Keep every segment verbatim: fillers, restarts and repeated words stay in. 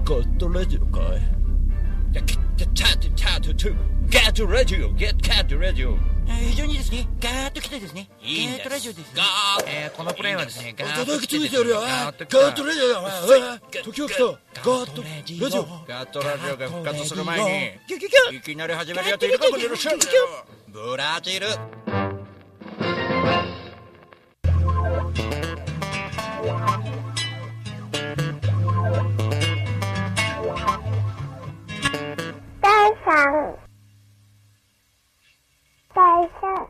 ゴッドラジオかい。ゲットラジオ、ゲットラジオ。 非常にですね、ガーッと来てですね、 いいんです。 ガーッとラジオですね。 ガーッ、 えー、このプレイはですね、ガーッと叩きつ来てですね、 いてやるよ。 ガーッと来ガーッたトラジオだ。時を来た。ガーットラジオ。 ガーッとラジオが復活する前に、いきなり始めるやついるかもしれない。ブラジル。 第三第三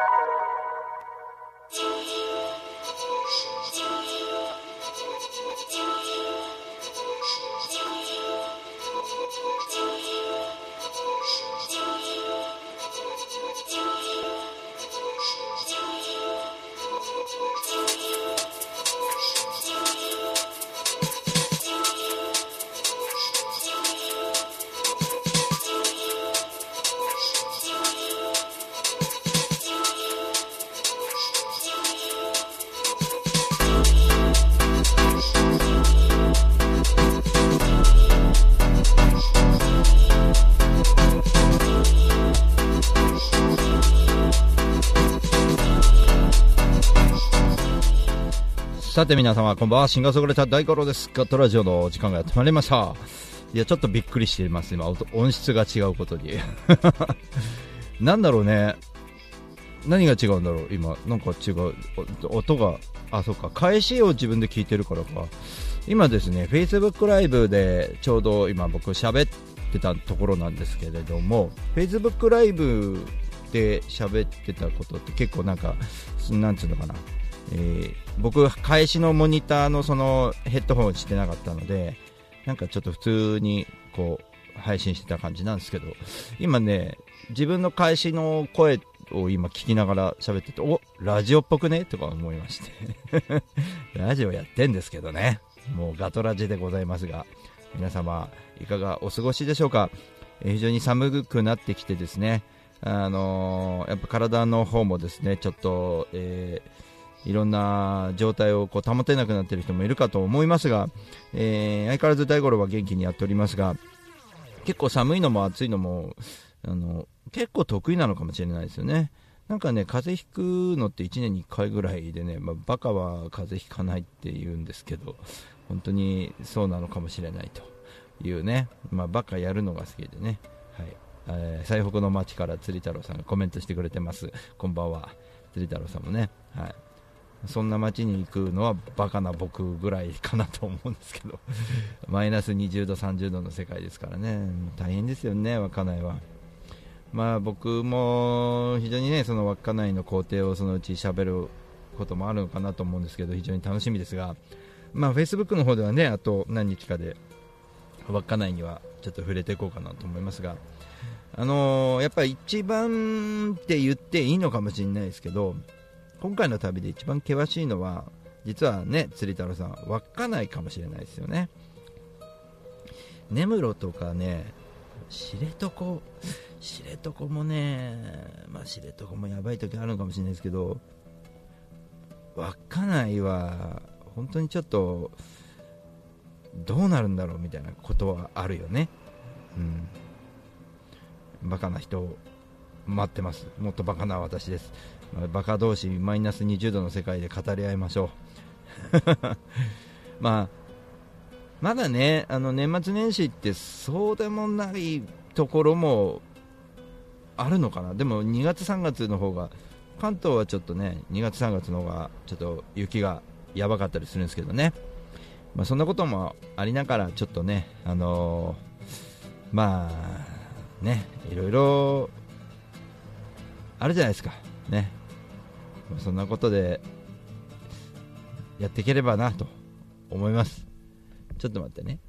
さて皆様こんばんは、シンガーソングライター大五郎です。ガットラジオの時間がやってまいりました。いやちょっとびっくりしています、今音質が違うことになんだろうね、何が違うんだろう、今なんか違う音が、あ、そうか、返しを自分で聞いてるからか。今ですね Facebook ライブでちょうど今僕喋ってたところなんですけれども、 Facebook ライブで喋ってたことって結構なんかなんつうのかな、えー、僕返しのモニターのそのヘッドホンをしてなかったので、なんかちょっと普通にこう配信してた感じなんですけど、今ね自分の返しの声を今聞きながら喋ってて、お、ラジオっぽくねとか思いましてラジオやってんですけどね、もうガトラジでございますが、皆様いかがお過ごしでしょうか。えー、非常に寒くなってきてですね、あのー、やっぱ体の方もですねちょっと、えーいろんな状態をこう保てなくなっている人もいるかと思いますが、えー、相変わらず大五郎は元気にやっておりますが、結構寒いのも暑いのもあの結構得意なのかもしれないですよね。なんかね、風邪ひくのっていちねんにいっかいぐらいでね、まあ、バカは風邪ひかないって言うんですけど、本当にそうなのかもしれないというね、まあ、バカやるのが好きでね、はい、えー、最北の町から釣り太郎さんがコメントしてくれてます。こんばんは。釣り太郎さんもね、はい、そんな街に行くのはバカな僕ぐらいかなと思うんですけどマイナスにじゅうどさんじゅうどの世界ですからね、大変ですよね、稚内は。まあ僕も非常にねその稚内の工程をそのうち喋ることもあるのかなと思うんですけど、非常に楽しみですが、まあ Facebook の方ではねあと何日かで稚内にはちょっと触れていこうかなと思いますが、あのー、やっぱり一番って言っていいのかもしれないですけど、今回の旅で一番険しいのは実はね、釣り太郎さん稚内かもしれないですよね。根室とかね、知床知床もね、まあ知床もやばい時あるのかもしれないですけど、稚内は本当にちょっとどうなるんだろうみたいなことはあるよね。うん、バカな人待ってます。もっとバカな私です。バカ同士マイナスにじゅうどの世界で語り合いましょうまあまだね、あの年末年始ってそうでもないところもあるのかな。でもにがつさんがつの方が、関東はちょっとねにがつさんがつの方がちょっと雪がやばかったりするんですけどね、まあ、そんなこともありながらちょっとね、あのー、まあね、いろいろあるじゃないですかね。そんなことでやっていければなと思います。ちょっと待ってね。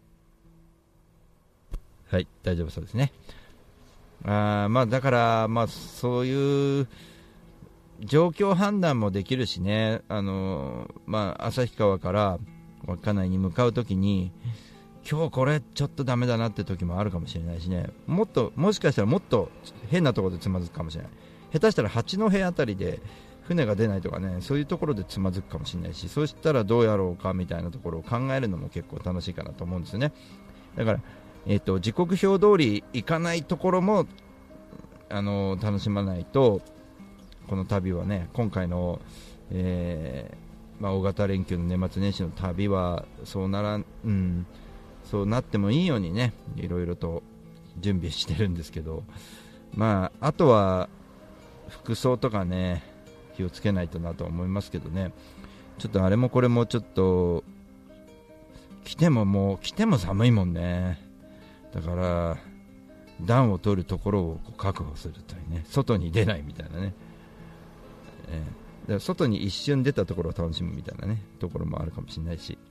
はい、大丈夫そうですね。あ、まあだからまあそういう状況判断もできるしね、あのまあ旭川から稚内に向かうときに今日これちょっとダメだなって時もあるかもしれないしね、もっともしかしたらもっと変なところでつまずくかもしれない。下手したら八戸あたりで船が出ないとかね、そういうところでつまずくかもしれないし、そうしたらどうやろうかみたいなところを考えるのも結構楽しいかなと思うんですよね。だから、えーと、時刻表通り行かないところもあの楽しまないと、この旅はね、今回の、えーまあ、大型連休の年末年始の旅はそうならん、うん、そうなってもいいようにね、いろいろと準備してるんですけど、まあ、あとは服装とかね、気をつけないとなと思いますけどね。ちょっとあれもこれもちょっと着てももう着ても寒いもんね。だから暖を取るところを確保するというね、外に出ないみたいなね、えー、だから外に一瞬出たところを楽しむみたいなねところもあるかもしれないし、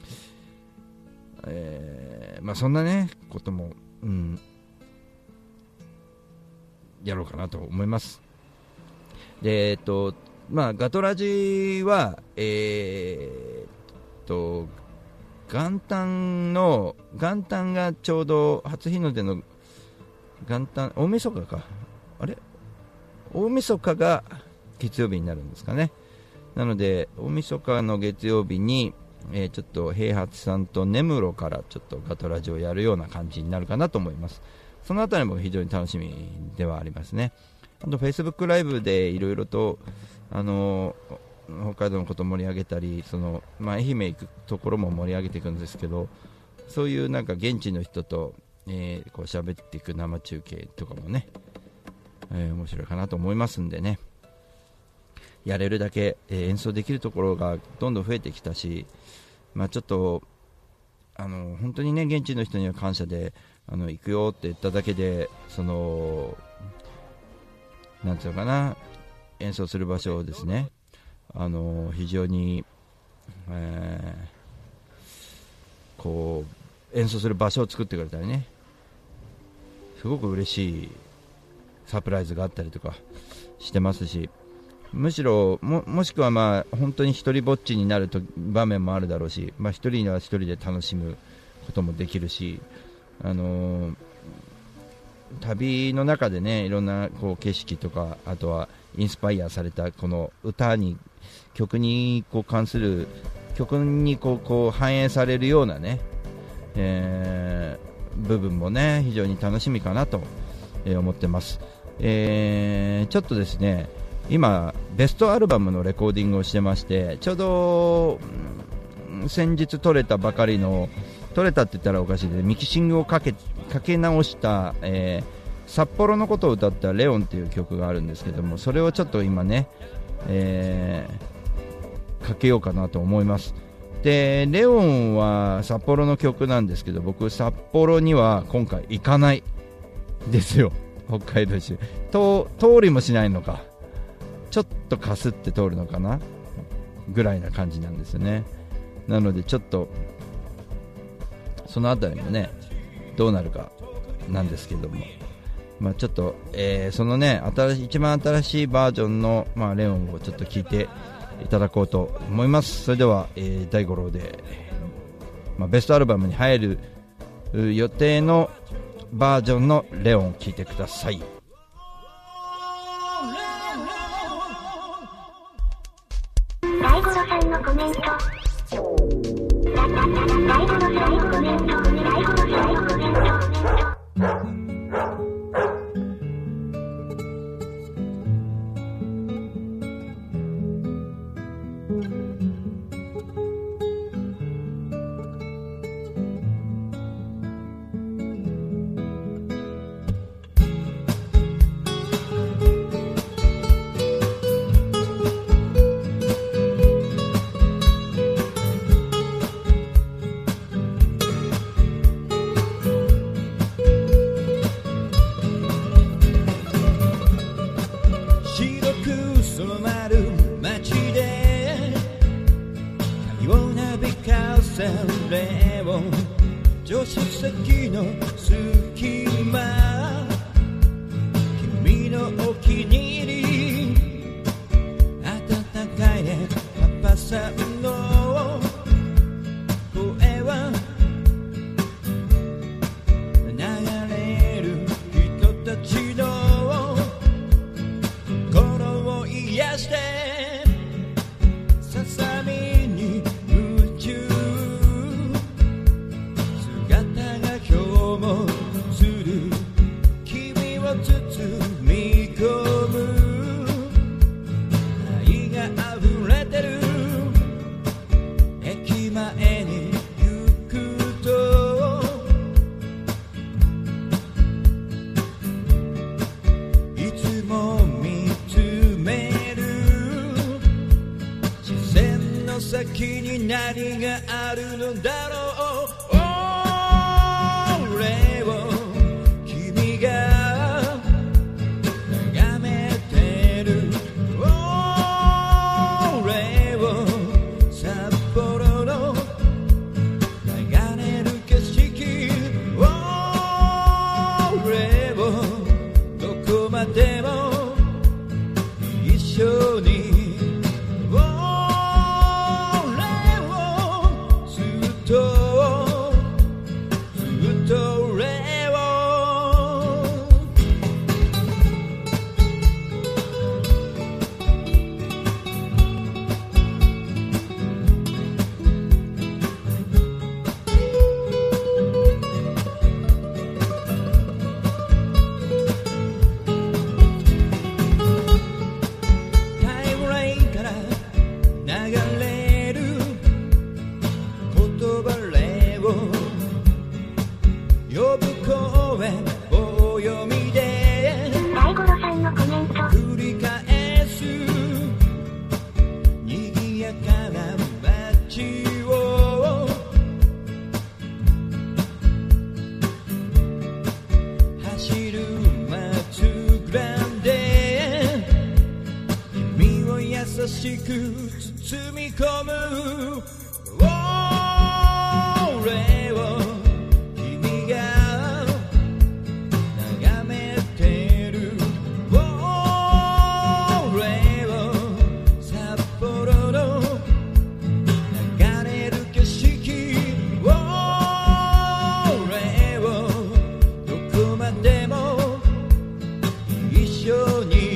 えー、まあそんなねことも、うん、やろうかなと思います。で、えっとまあ、ガトラジは、えー、っと元旦の元旦がちょうど初日の出の元旦、大晦日か、あれ大晦日が月曜日になるんですかね。なので大晦日の月曜日に、えー、ちょっと平八さんと根室からちょっとガトラジをやるような感じになるかなと思います。そのあたりも非常に楽しみではありますね。あと Facebook ライブでいろいろとあの北海道のことを盛り上げたり、その、まあ、愛媛行くところも盛り上げていくんですけど、そういうなんか現地の人と、えー、こう喋っていく生中継とかもね、えー、面白いかなと思いますんでね、やれるだけ、えー、演奏できるところがどんどん増えてきたし、まあ、ちょっとあの本当にね現地の人には感謝で、あの行くよって言っただけで、そのなんていうのかな、演奏する場所をですね、あの非常に、えー、こう演奏する場所を作ってくれたりね、すごく嬉しいサプライズがあったりとかしてますし、むしろ も, もしくはまあ本当に一人ぼっちになると場面もあるだろうし、まあ、一人は一人で楽しむこともできるし、あのー、旅の中でねいろんなこう景色とか、あとはインスパイアされたこの歌に、曲にこう関する、曲にこうこう反映されるようなね、えー、部分もね非常に楽しみかなと思ってます。えー、ちょっとですね今ベストアルバムのレコーディングをしてまして、ちょうど先日撮れたばかりの、撮れたって言ったらおかしいでミキシングをかけ、かけ直した、えー、札幌のことを歌ったレオンっていう曲があるんですけども、それをちょっと今ね、えー、かけようかなと思います。でレオンは札幌の曲なんですけど、僕札幌には今回行かないですよ。北海道州と通りもしないのか、ちょっとかすって通るのかなぐらいな感じなんですよね。なのでちょっとそのあたりもねどうなるかなんですけども、まあ、ちょっと、えー、そのね新しい一番新しいバージョンの、まあ、レオンをちょっと聞いていただこうと思います。それでは、えー、大五郎で、まあ、ベストアルバムに入る予定のバージョンのレオンを聞いてください。 大五郎さんのコメント。大五郎さんのコメント。大五郎さんのコメント。大五郎さんのコメント。助手席の隙間、君のお気に入り、温かいねパパさんの声は流れる人たちの心を癒してきに何があるのだろう俺を君が眺めてる俺を札幌の流れる景色俺をどこまでも一緒に優しく包み込む俺を君が眺めてる俺を札幌の流れる景色俺をどこまでも一緒に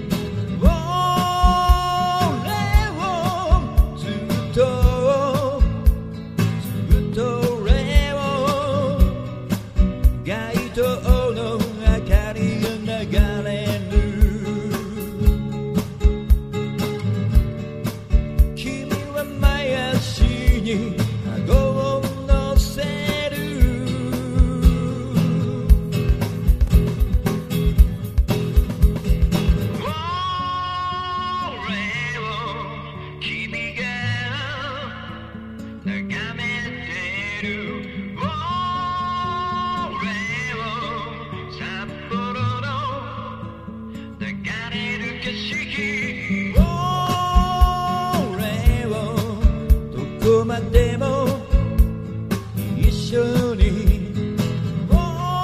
でも一緒に俺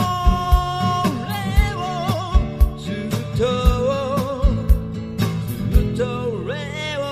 をずっとずっと俺を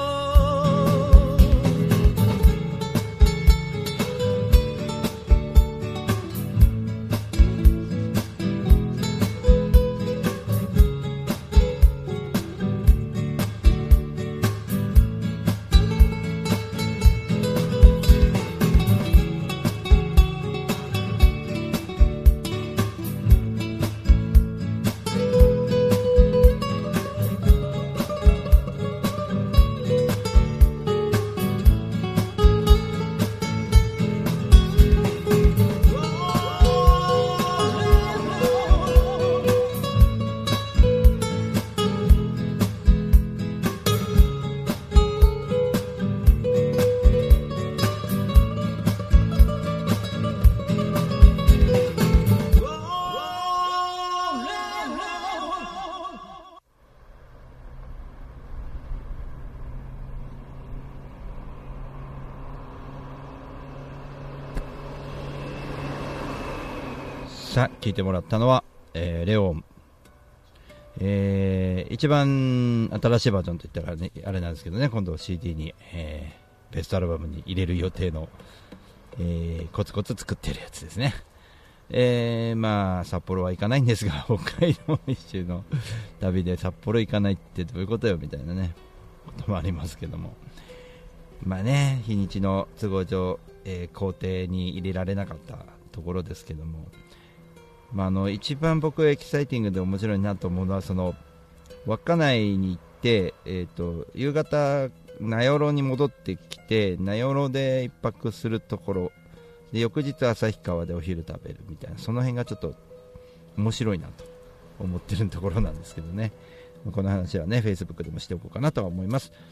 さあ聴いてもらったのは、えー、レオン、えー、一番新しいバージョンといったら、ね、あれなんですけどね、今度 シーディー に、えー、ベストアルバムに入れる予定の、えー、コツコツ作ってるやつですね。えー、まあ札幌は行かないんですが、北海道一周の旅で札幌行かないってどういうことよみたいなねこともありますけども、まあね、日にちの都合上、えー、工程に入れられなかったところですけども、まあ、あの一番僕がエキサイティングで面白いなと思うのは、その稚内に行って、えー、と夕方名寄に戻ってきて、名寄で一泊するところで、翌日旭川でお昼食べるみたいな、その辺がちょっと面白いなと思ってるところなんですけどね、この話はね Facebook でもしておこうかなとは思います。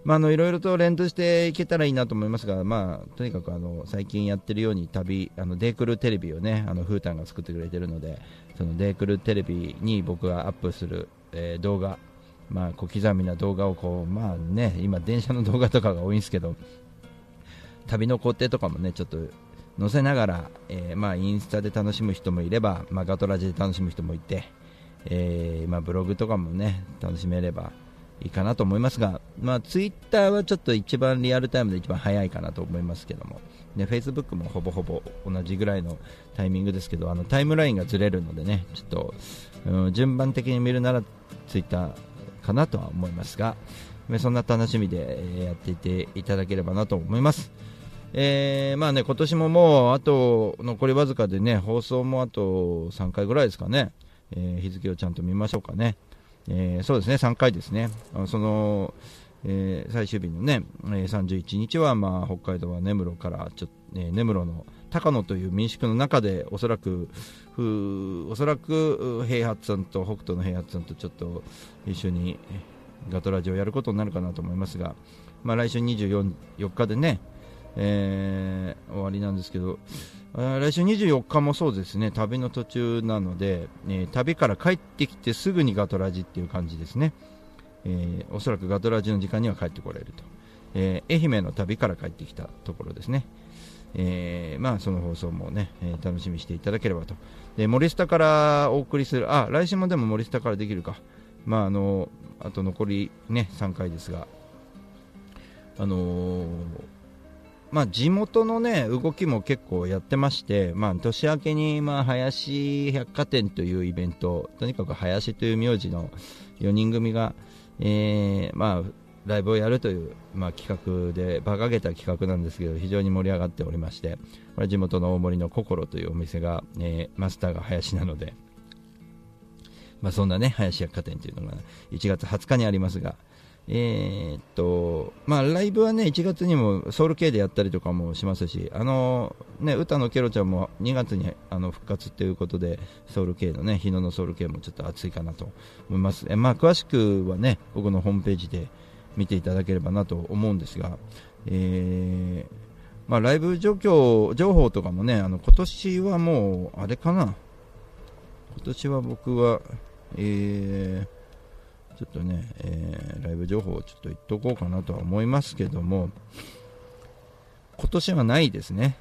まあ、あのいろいろと連動していけたらいいなと思いますが、まあ、とにかくあの最近やってるように旅あのデークルテレビをねあのフータンが作ってくれてるので、そのデークルテレビに僕がアップする、えー、動画、まあ、小刻みな動画をこう、まあね、今電車の動画とかが多いんですけど、旅の工程とかもねちょっと載せながら、えーまあ、インスタで楽しむ人もいれば、まあ、ガトラジで楽しむ人もいて、えーまあ、ブログとかもね楽しめればいいかなと思いますが、まあ、ツイッターはちょっと一番リアルタイムで一番早いかなと思いますけども、でフェイスブックもほぼほぼ同じぐらいのタイミングですけど、あのタイムラインがずれるのでねちょっと、うん、順番的に見るならツイッターかなとは思いますが、そんな楽しみでやっていていただければなと思います。えーまあね、今年ももうあと残りわずかでね、放送もあとさんかいぐらいですかね、えー、日付をちゃんと見ましょうかね。えー、そうですね、さんかいですね。その、えー、最終日のね、えー、さんじゅういちにちは、まあ、北海道は根室からちょ、えー、根室の高野という民宿の中でおそらくふおそらく平八さんと北斗の平八さんとちょっと一緒にガトラジをやることになるかなと思いますが、まあ、来週にじゅうよっかでね、えー、終わりなんですけど、来週にじゅうよっかもそうですね、旅の途中なので、えー、旅から帰ってきてすぐにガトラジっていう感じですね。えー、おそらくガトラジの時間には帰ってこれると、えー、愛媛の旅から帰ってきたところですね。えーまあ、その放送もね、えー、楽しみにしていただければと。で森下からお送りする、あ来週もでも森下からできるか、まあ、あのあと残り、ね、さんかいですが、あのーまあ、地元の、ね、動きも結構やってまして、まあ、年明けに、まあ、林百貨店というイベント、とにかく林という名字のよにん組が、えーまあ、ライブをやるという、まあ、企画で馬鹿げた企画なんですけど、非常に盛り上がっておりまして、これ地元の大森の心というお店が、えー、マスターが林なので、まあ、そんな、ね、林百貨店というのがいちがつはつかにありますが、えーっとまあ、ライブは、ね、いちがつにもソウル系でやったりとかもしますし、あの、ね、歌のケロちゃんもにがつにあの復活ということで、ソウル系の、ね、日野のソウル系もちょっと熱いかなと思います。え、まあ、詳しくは、ね、僕のホームページで見ていただければなと思うんですが、えーまあ、ライブ状況情報とかもね、あの今年はもうあれかな、今年は僕は、えーちょっとね、えー、ライブ情報をちょっと言っとこうかなとは思いますけども、今年はないですね。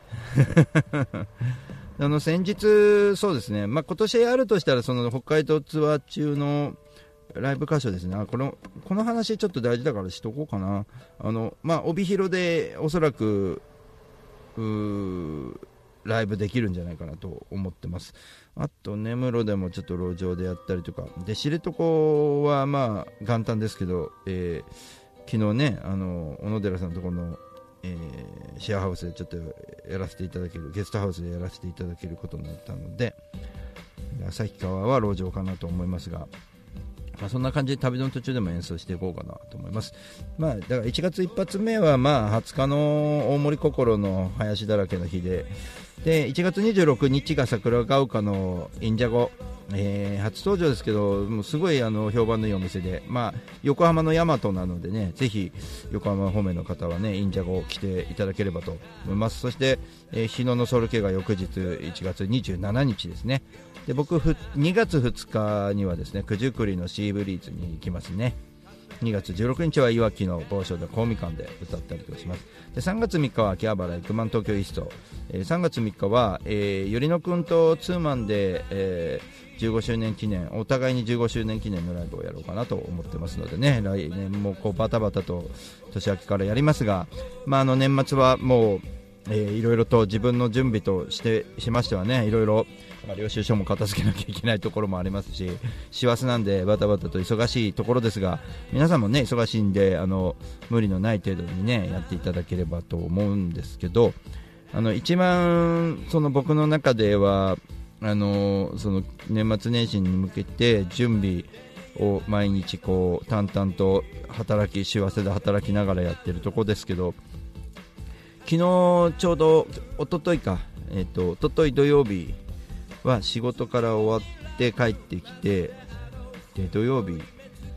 あの先日、そうですね、まあ、今年あるとしたらその北海道ツアー中のライブ箇所ですね。あこのこの話ちょっと大事だからしとこうかな。あの、まあ、帯広でおそらくうーライブできるんじゃないかなと思ってます。あと根室でもちょっと路上でやったりとかで、知床はまあ元旦ですけど、えー、昨日ね、あの小野寺さんのところの、えー、シェアハウスでちょっとやらせていただける、ゲストハウスでやらせていただけることになったので、旭川は路上かなと思いますが、まあ、そんな感じで旅の途中でも演奏していこうかなと思います。まあ、だからいちがついっぱつめはまあはつかの大森心の林だらけの日で、でいちがつにじゅうろくにちが桜ヶ丘のインジャゴ、えー、初登場ですけど、もうすごいあの評判のいいお店で、まあ、横浜の大和なのでね、ぜひ横浜方面の方はねインジャゴを来ていただければと思います。そして、えー、日野のソウル系が翌日いちがつにじゅうしちにちですね。で僕にがつふつかにはですね九十九里のシーブリーズに行きますね。にがつじゅうろくにちはいわきの某所で公民館で歌ったりとかします。でさんがつみっかは秋葉原エクマン東京イースト、えー、さんがつみっかは、えー、ゆりのくんとツーマンで、えー、じゅうごしゅうねん記念、お互いにじゅうごしゅうねん記念のライブをやろうかなと思ってますのでね、来年もこうバタバタと年明けからやりますが、まあ、あの年末はもう、えー、いろいろと自分の準備としてしましてはね、いろいろまあ、領収書も片付けなきゃいけないところもありますし、師走なんでバタバタと忙しいところですが、皆さんもね忙しいんで、あの無理のない程度にねやっていただければと思うんですけど、あの一番その僕の中ではあのその年末年始に向けて準備を毎日こう淡々と働き、幸せで働きながらやってるところですけど、昨日ちょうど一昨日か、えっと一昨日土曜日は仕事から終わって帰ってきて、で土曜日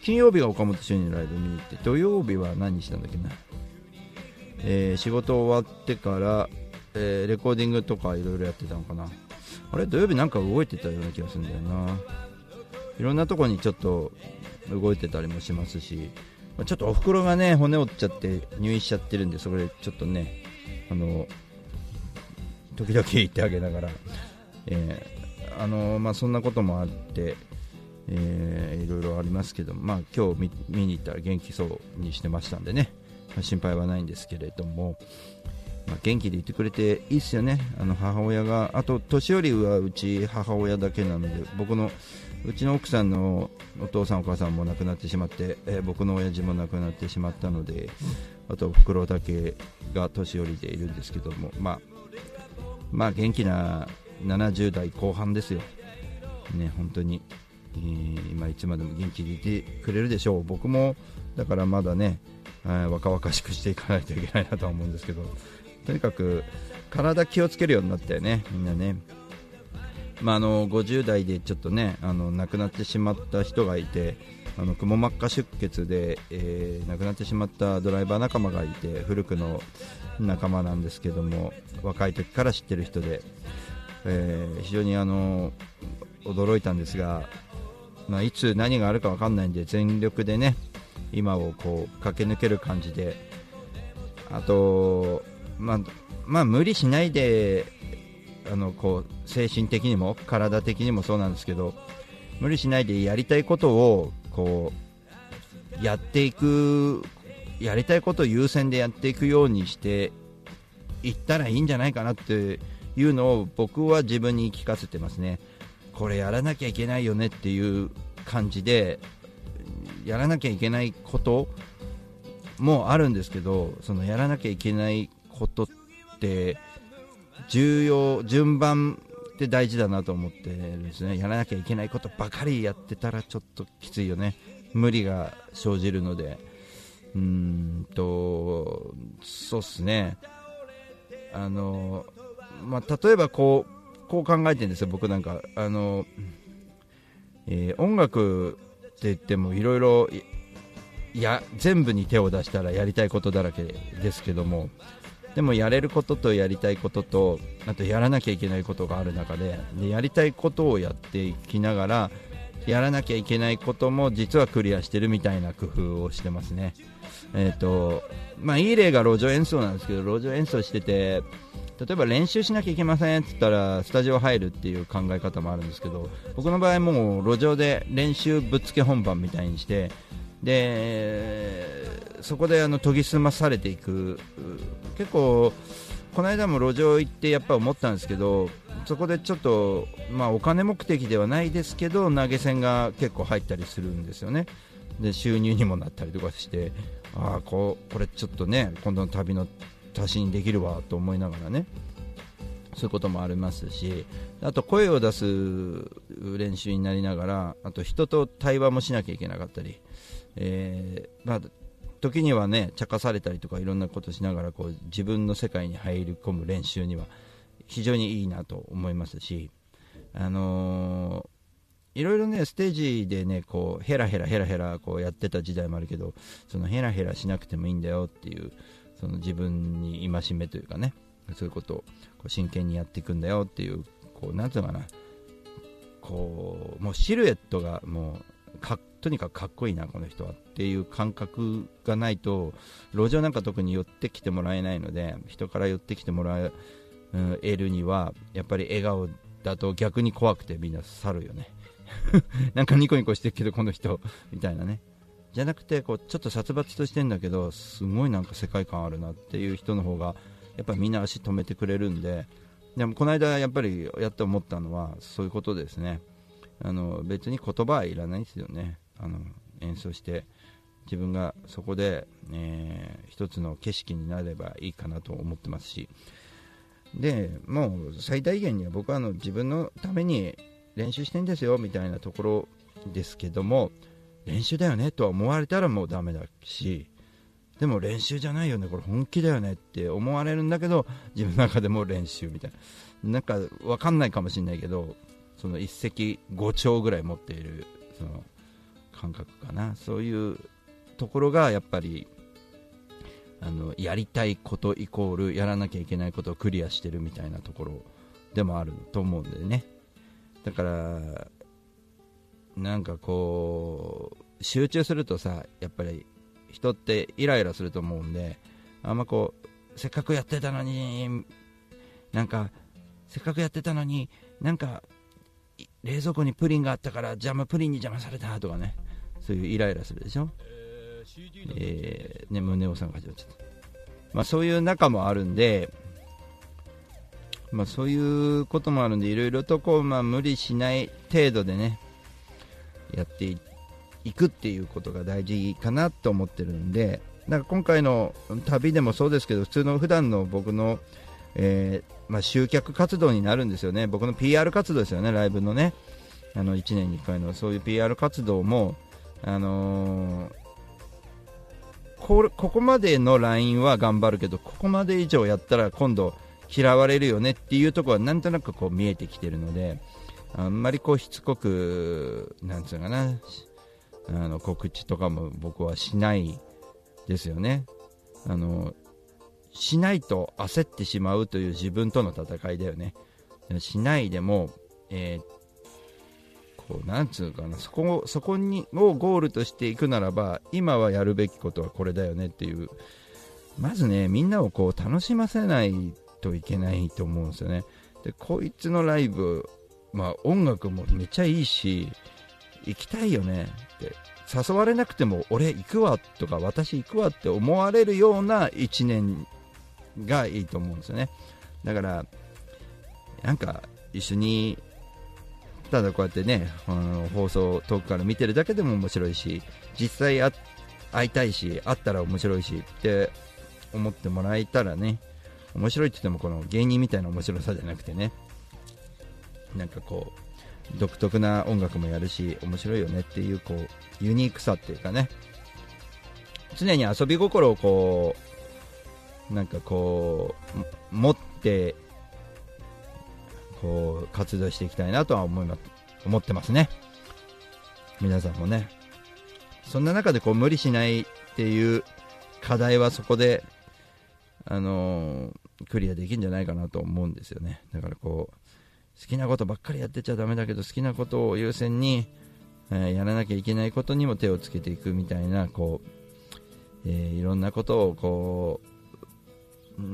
金曜日が岡本周二のライブ見に行って、土曜日は何したんだっけな、えー、仕事終わってから、えー、レコーディングとかいろいろやってたのかな。あれ土曜日なんか動いてたような気がするんだよな。いろんなとこにちょっと動いてたりもしますし、ちょっとおふくろがね骨折っちゃって入院しちゃってるんで、それちょっとねあの時々言ってあげながら、えーあのまあ、そんなこともあって、えー、いろいろありますけど、まあ、今日 見, 見に行ったら元気そうにしてましたんでね、まあ、心配はないんですけれども、まあ、元気でいてくれていいっすよね。あの母親が、あと年寄りはうち母親だけなので、僕のうちの奥さんのお父さんお母さんも亡くなってしまって、えー、僕の親父も亡くなってしまったので、あとおふくろだけが年寄りでいるんですけども、まあ、まあ元気なななじゅう代後半ですよね。本当に、えー、今いつまでも元気でいてくれるでしょう。僕もだからまだね、えー、若々しくしていかないといけないなとは思うんですけど、とにかく体気をつけるようになったよね、みんなね。まあ、あのごじゅう代でちょっとねあの亡くなってしまった人がいて、あのくも膜下出血で、えー、亡くなってしまったドライバー仲間がいて、古くの仲間なんですけども、若い時から知ってる人で、えー、非常にあの驚いたんですが、まあ、いつ何があるか分かんないんで全力でね今をこう駆け抜ける感じで、あと、まあ、まあ無理しないで、あのこう精神的にも体的にもそうなんですけど、無理しないでやりたいことをこうやっていく、やりたいことを優先でやっていくようにしていったらいいんじゃないかなっていうのを僕は自分に言い聞かせてますね。これやらなきゃいけないよねっていう感じで、やらなきゃいけないこともあるんですけど、そのやらなきゃいけないことって重要、順番って大事だなと思ってるんですね。やらなきゃいけないことばかりやってたらちょっときついよね。無理が生じるので、うーんとそうっすね。あの、まあ、例えばこうこう考えてるんですよ、僕なんか。あの、えー、音楽って言ってもいろいろ、いや全部に手を出したらやりたいことだらけですけども、でもやれることとやりたいことと、あとやらなきゃいけないことがある中で、でやりたいことをやっていきながら、やらなきゃいけないことも実はクリアしてるみたいな工夫をしてますね。えーとまあ、いい例が路上演奏なんですけど、路上演奏してて、例えば練習しなきゃいけませんって言ったらスタジオ入るっていう考え方もあるんですけど、僕の場合もう路上で練習ぶっつけ本番みたいにして、でそこであの研ぎ澄まされていく。結構この間も路上行ってやっぱ思ったんですけど、そこでちょっと、まあ、お金目的ではないですけど投げ銭が結構入ったりするんですよね。で収入にもなったりとかして、ああ こ, これちょっとね今度の旅の足しにできるわと思いながらね、そういうこともありますし、あと声を出す練習になりながら、あと人と対話もしなきゃいけなかったり、えーまあ、時にはね茶化されたりとかいろんなことしながらこう自分の世界に入り込む練習には非常にいいなと思いますし、あのー、いろいろねステージでねこうヘラヘラヘラヘラこうやってた時代もあるけど、そのヘラヘラしなくてもいいんだよっていう、その自分に戒めというかね、そういうことをこう真剣にやっていくんだよっていう、こうなんていうのかな、こうもうシルエットがもうかとにかくかっこいいなこの人はっていう感覚がないと、路上なんか特に寄ってきてもらえないので、人から寄ってきてもらえるにはやっぱり笑顔だと逆に怖くてみんな去るよねなんかニコニコしてるけどこの人みたいなね、じゃなくてこうちょっと殺伐としてんだけどすごいなんか世界観あるなっていう人の方がやっぱりみんな足止めてくれるんで。でもこの間やっぱりやって思ったのはそういうことですね。あの別に言葉はいらないですよね。あの演奏して自分がそこで、えー、一つの景色になればいいかなと思ってますし、でもう最大限には僕はあの自分のために練習してんですよみたいなところですけども、練習だよねとは思われたらもうダメだし、でも練習じゃないよねこれ本気だよねって思われるんだけど、自分の中でも練習みたいな、なんか分かんないかもしれないけど、その一石五鳥ぐらい持っているその感覚かな。そういうところがやっぱりあのやりたいことイコールやらなきゃいけないことをクリアしてるみたいなところでもあると思うんでね。だからなんかこう集中するとさ、やっぱり人ってイライラすると思うんで、あんまこうせっかくやってたのになんかせっかくやってたのになんか冷蔵庫にプリンがあったから邪魔プリンに邪魔されたとかね、そういうイライラするでしょ。えーね、胸をさんが始まっちゃった。まあそういう中もあるんで、まあそういうこともあるんで、いろいろとこう、まあ、無理しない程度でねやっていくっていうことが大事かなと思ってるんで、なんか今回の旅でもそうですけど、普通の普段の僕の、えーまあ、集客活動になるんですよね。僕の ピーアール 活動ですよね。ライブのね、あのいちねんにいっかいのそういう ピーアール 活動も、あのー、こ, ここまでのラインは頑張るけど、ここまで以上やったら今度嫌われるよねっていうところはなんとなくこう見えてきてるので、あんまりこうしつこくなんつうかな、あの告知とかも僕はしないですよね。あのしないと焦ってしまうという自分との戦いだよね。しないでも、えー、こうなんつうかな、そこそこにをゴールとしていくならば、今はやるべきことはこれだよねっていう、まずねみんなをこう楽しませないといけないと思うんですよね。でこいつのライブ、まあ音楽もめっちゃいいし行きたいよねって誘われなくても俺行くわとか私行くわって思われるようないちねんがいいと思うんですよね。だからなんか一緒にただこうやってね、あの放送遠くから見てるだけでも面白いし、実際あ会いたいし会ったら面白いしって思ってもらえたらね、面白いって言ってもこの芸人みたいな面白さじゃなくてね、なんかこう独特な音楽もやるし面白いよねっていうこうユニークさっていうかね、常に遊び心をこうなんかこう持ってこう活動していきたいなとは思います思ってますね。皆さんもね、そんな中でこう無理しないっていう課題はそこであのー、クリアできるんじゃないかなと思うんですよね。だからこう好きなことばっかりやってちゃダメだけど、好きなことを優先に、えー、やらなきゃいけないことにも手をつけていくみたいな、こう、えー、いろんなことをこう、うん、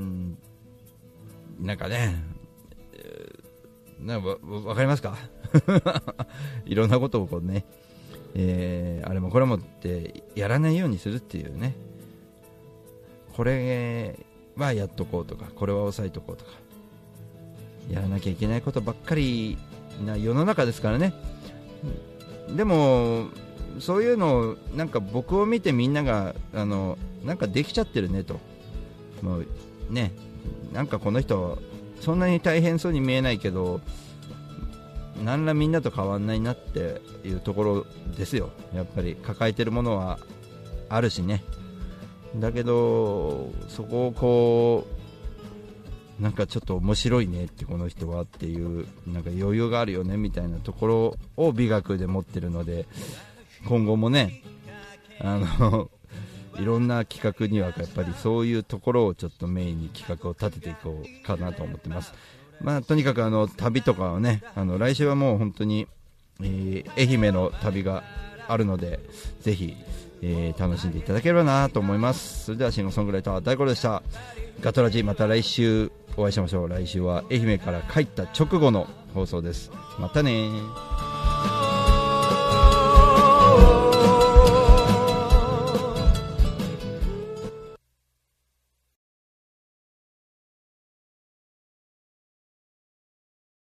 なんかね、えー、なんか わ, わかりますかいろんなことをこうね、えー、あれもこれもってやらないようにするっていうね、これはやっとこうとか、これは抑えとこうとか、やらなきゃいけないことばっかりな世の中ですからね。でもそういうのをなんか僕を見てみんながあのなんかできちゃってるねと、もうね、なんかこの人そんなに大変そうに見えないけど何らみんなと変わんないなっていうところですよ。やっぱり抱えてるものはあるしね。だけどそこをこうなんかちょっと面白いねってこの人はっていうなんか余裕があるよねみたいなところを美学で持ってるので、今後もねあのいろんな企画にはやっぱりそういうところをちょっとメインに企画を立てていこうかなと思ってます。まあとにかくあの旅とかはね、あの来週はもう本当に、えー、愛媛の旅があるのでぜひ、えー、楽しんでいただければなと思います。それではシンガーソングライター大五郎でした。ガトラジ、また来週お会いしましょう。来週は愛媛から帰った直後の放送です。またね。